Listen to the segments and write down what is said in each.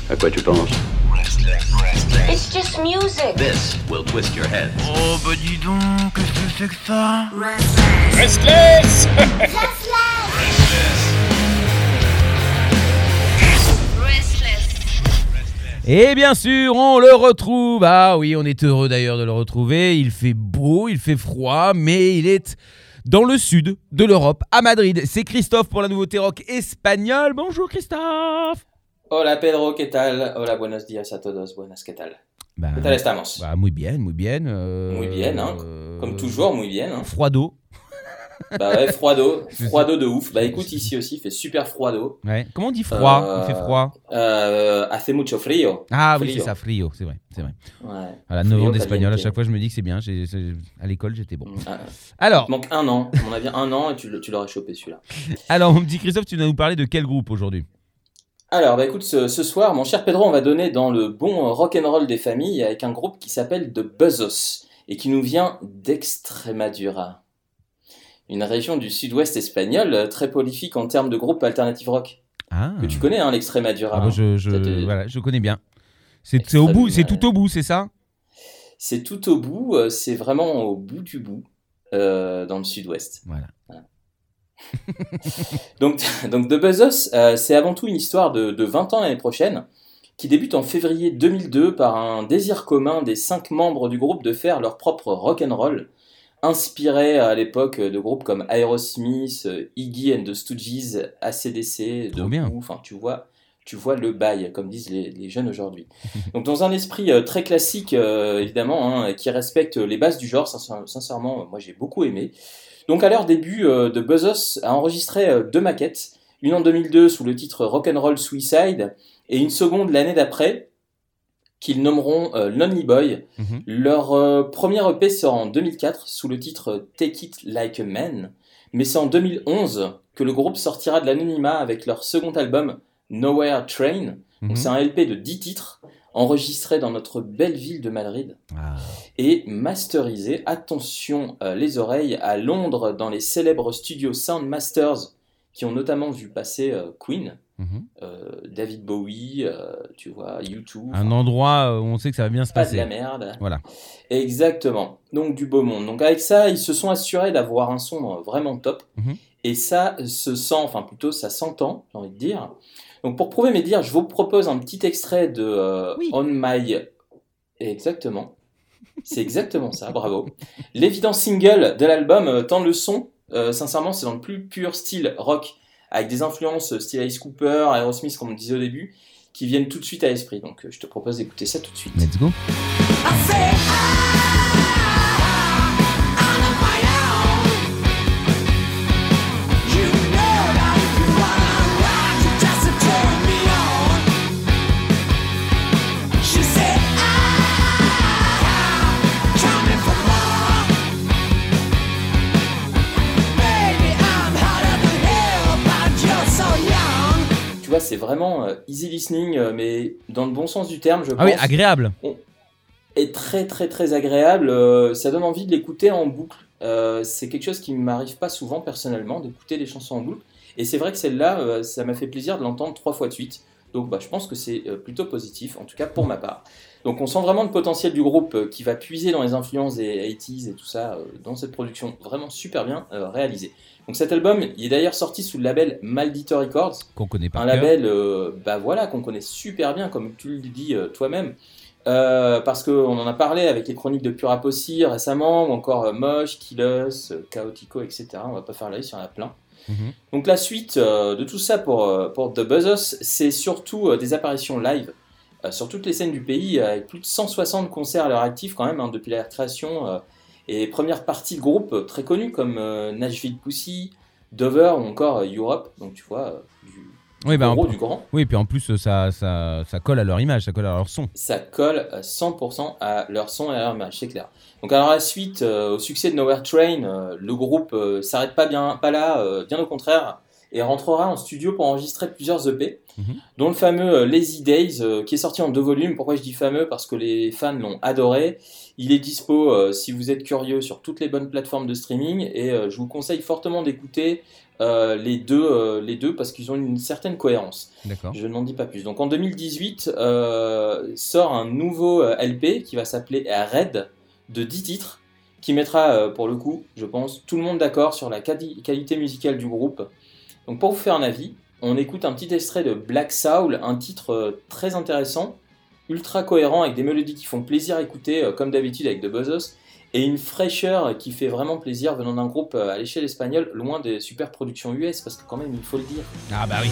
À quoi tu penses? It's just music. This will twist your head. Oh bah dis donc, qu'est-ce que c'est que ça? Restless. Et bien sûr, on le retrouve. Ah oui, on est heureux d'ailleurs de le retrouver. Il fait beau, il fait froid, mais il est dans le sud de l'Europe, à Madrid. C'est Christophe pour la nouveauté rock espagnole. Bonjour Christophe. Hola Pedro, ¿qué tal? Hola, buenos días a todos. Buenas, ¿qué tal? ¿Qué tal estamos? Muy bien, muy bien. Muy bien, hein. Comme toujours, muy bien. Hein. Froid d'eau. Bah ouais, froid d'eau de ouf. Bah écoute, ici aussi, il fait super froid d'eau. Ouais. Comment on dit froid? Il fait froid. Hace mucho frío. Ah frío. Oui, c'est ça, frio, c'est vrai. Ouais. Voilà, 9 ans d'espagnol, à chaque fois je me dis que c'est bien. À l'école, j'étais bon. Alors. Il manque un an, à mon avis, un an, et tu l'aurais chopé celui-là. Alors, mon petit Christophe, tu vas nous parler de quel groupe aujourd'hui? Alors, bah écoute, ce soir, mon cher Pedro, on va donner dans le bon rock'n'roll des familles avec un groupe qui s'appelle The Buzzos et qui nous vient d'Extremadura. Une région du sud-ouest espagnol très prolifique en termes de groupes alternative rock. Ah. Que tu connais, hein, l'Extremadura. Ah bah voilà, je connais bien. C'est au bout, c'est tout au bout, c'est ça? C'est tout au bout, c'est vraiment au bout du bout, dans le sud-ouest. Voilà. donc The Buzzos, c'est avant tout une histoire de 20 ans l'année prochaine, qui débute en février 2002 par un désir commun des 5 membres du groupe de faire leur propre rock'n'roll, inspiré à l'époque de groupes comme Aerosmith, Iggy and the Stooges, AC/DC, The Who, enfin tu vois le bail, comme disent les jeunes aujourd'hui. Donc dans un esprit très classique, évidemment, hein, qui respecte les bases du genre, sincèrement, moi j'ai beaucoup aimé. Donc à leur début, The Buzzos a enregistré 2 maquettes, une en 2002 sous le titre Rock'n'Roll Suicide, et une seconde l'année d'après, qu'ils nommeront Lonely Boy. Leur premier EP sort en 2004 sous le titre Take It Like a Man, mais c'est en 2011 que le groupe sortira de l'anonymat avec leur second album Nowhere Train. Donc c'est un LP de 10 titres enregistré dans notre belle ville de Madrid et masterisé, attention les oreilles, à Londres dans les célèbres studios Sound Masters qui ont notamment vu passer Queen, David Bowie, tu vois, U2. Un endroit où on sait que ça va bien se passer. Pas de la merde. Voilà. Exactement. Donc du beau monde. Donc avec ça, ils se sont assurés d'avoir un son vraiment top. Et ça se sent, enfin plutôt ça s'entend, j'ai envie de dire. Donc pour prouver mes dires, je vous propose un petit extrait de On My... Exactement. C'est exactement ça, bravo. L'évident single de l'album, tant le son, sincèrement, c'est dans le plus pur style rock, avec des influences style Alice Cooper, Aerosmith, comme on disait au début, qui viennent tout de suite à l'esprit. Donc je te propose d'écouter ça tout de suite. Let's go. C'est vraiment easy listening, mais dans le bon sens du terme, je pense. Ah oui, agréable. Et très très très agréable. Ça donne envie de l'écouter en boucle. C'est quelque chose qui ne m'arrive pas souvent personnellement, d'écouter des chansons en boucle. Et c'est vrai que celle-là, ça m'a fait plaisir de l'entendre 3 fois de suite. Donc je pense que c'est plutôt positif, en tout cas pour ma part. Donc on sent vraiment le potentiel du groupe qui va puiser dans les influences des 80s et tout ça, dans cette production vraiment super bien réalisée. Donc cet album, il est d'ailleurs sorti sous le label Maldito Records. Qu'on connaît par un cœur. label voilà, qu'on connaît super bien, comme tu le dis toi-même. Parce qu'on en a parlé avec les chroniques de Pura Possi récemment, ou encore Mosh, Killers, Chaotico, etc. On va pas faire la liste, il y en a plein. Donc la suite de tout ça pour The Buzzos, c'est surtout des apparitions live sur toutes les scènes du pays, avec plus de 160 concerts à leur actif quand même, hein, depuis la création, et première partie de groupes très connus comme Nashville Pussy, Dover ou encore Europe, donc tu vois, du grand. Oui, puis en plus ça colle à leur image, ça colle à leur son. Ça colle 100% à leur son et à leur image, c'est clair. Donc alors à la suite, au succès de Nowhere Train, le groupe s'arrête pas là, bien au contraire, et rentrera en studio pour enregistrer plusieurs EP, dont le fameux Lazy Days, qui est sorti en 2 volumes. Pourquoi je dis fameux? Parce que les fans l'ont adoré. Il est dispo, si vous êtes curieux, sur toutes les bonnes plateformes de streaming, et je vous conseille fortement d'écouter les deux parce qu'ils ont une certaine cohérence. D'accord. Je n'en dis pas plus. Donc en 2018, sort un nouveau LP qui va s'appeler Red, de 10 titres, qui mettra pour le coup, je pense, tout le monde d'accord sur la qualité musicale du groupe. Donc pour vous faire un avis, on écoute un petit extrait de Black Soul, un titre très intéressant, ultra cohérent, avec des mélodies qui font plaisir à écouter, comme d'habitude avec The Buzzos, et une fraîcheur qui fait vraiment plaisir venant d'un groupe à l'échelle espagnole, loin des super productions US, parce que quand même, il faut le dire. Ah bah oui.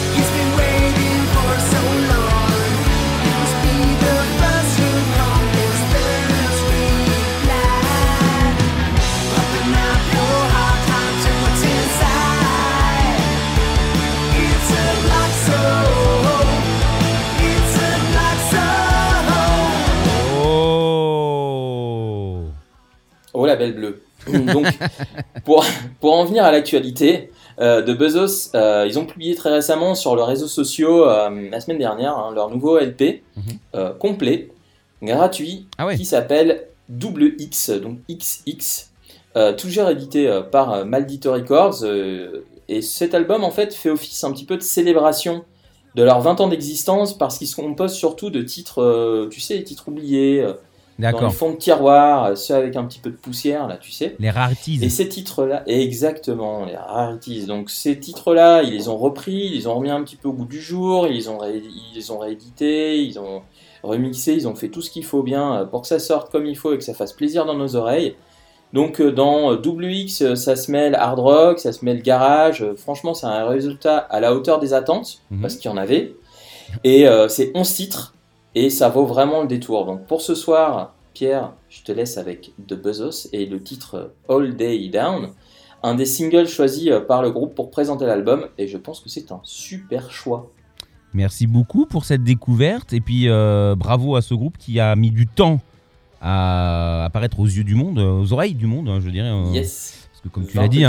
Oh la belle bleue. Donc, pour en venir à l'actualité, The Buzzos, ils ont publié très récemment sur leurs réseaux sociaux, la semaine dernière, leur nouveau LP complet, gratuit, qui s'appelle Double X, donc XX, toujours édité par Maldito Records. Et cet album, en fait, fait office un petit peu de célébration de leurs 20 ans d'existence, parce qu'ils se composent surtout de titres, tu sais, les titres oubliés, dans les fonds de tiroir, ceux avec un petit peu de poussière, là, tu sais. Les rarities. Et ces titres-là, exactement, les rarities. Donc ces titres-là, ils les ont repris, ils les ont remis un petit peu au goût du jour, ils les ont réédités, ils ont remixé, ils ont fait tout ce qu'il faut bien pour que ça sorte comme il faut et que ça fasse plaisir dans nos oreilles. Donc dans WX, ça se mêle hard rock, ça se mêle garage. Franchement, c'est un résultat à la hauteur des attentes, parce qu'il y en avait. Et c'est 11 titres. Et ça vaut vraiment le détour. Donc pour ce soir, Pierre, je te laisse avec The Buzzos et le titre All Day Down, un des singles choisis par le groupe pour présenter l'album, et je pense que c'est un super choix. Merci beaucoup pour cette découverte, et puis bravo à ce groupe qui a mis du temps à apparaître aux yeux du monde, aux oreilles du monde, je dirais. Yes. Parce que comme tu l'as dit,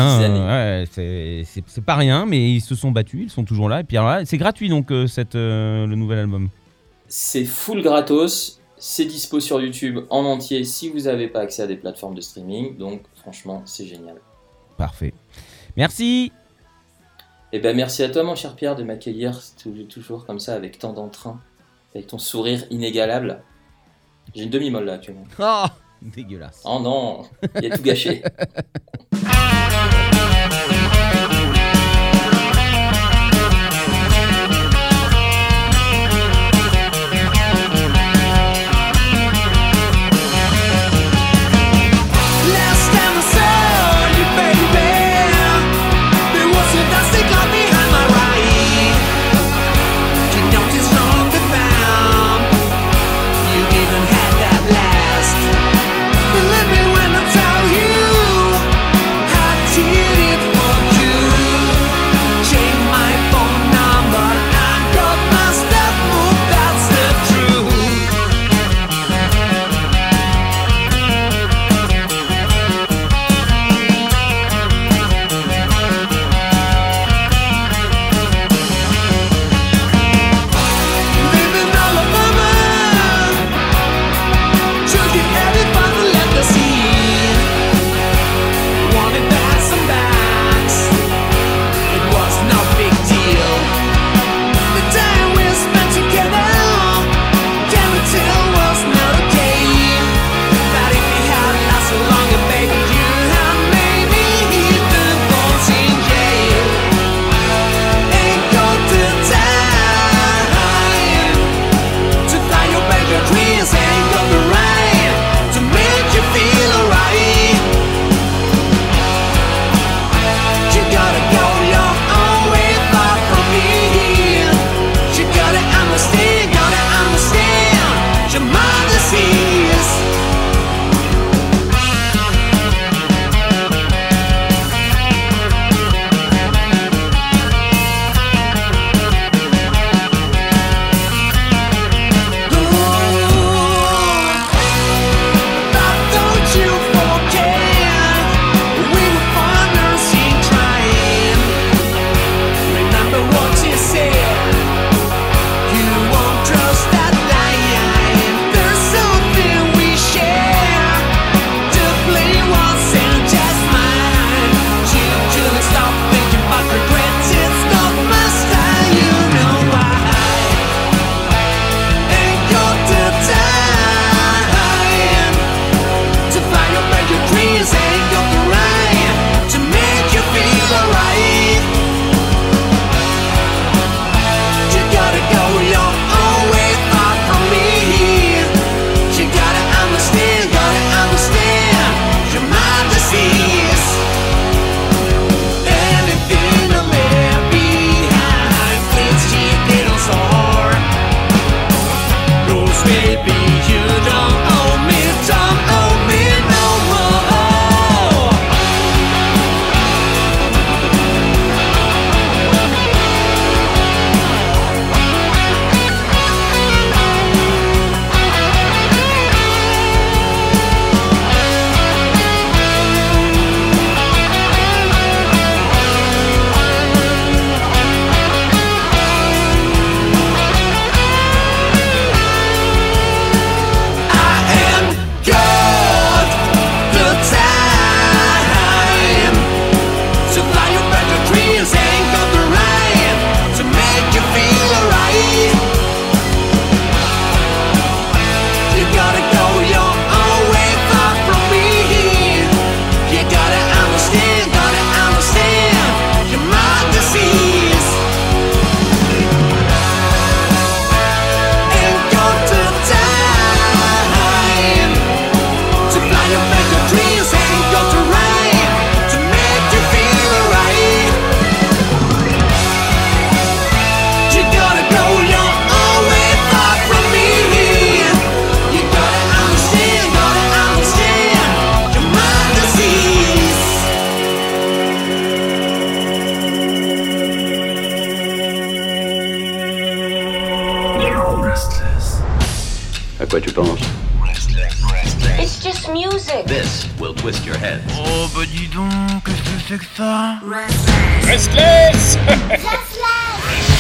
c'est pas rien, mais ils se sont battus, ils sont toujours là. Et puis alors là, c'est gratuit donc le nouvel album. C'est full gratos, c'est dispo sur YouTube en entier si vous n'avez pas accès à des plateformes de streaming, donc franchement c'est génial. Parfait. Merci. Et ben merci à toi mon cher Pierre de m'accueillir toujours comme ça avec tant d'entrain, avec ton sourire inégalable. J'ai une demi-molle là actuellement. Oh, dégueulasse. Oh non, il a tout gâché. À quoi tu penses? It's just music. This will twist your head. Oh bah dis donc, qu'est-ce que c'est que ça? Restless. Restless.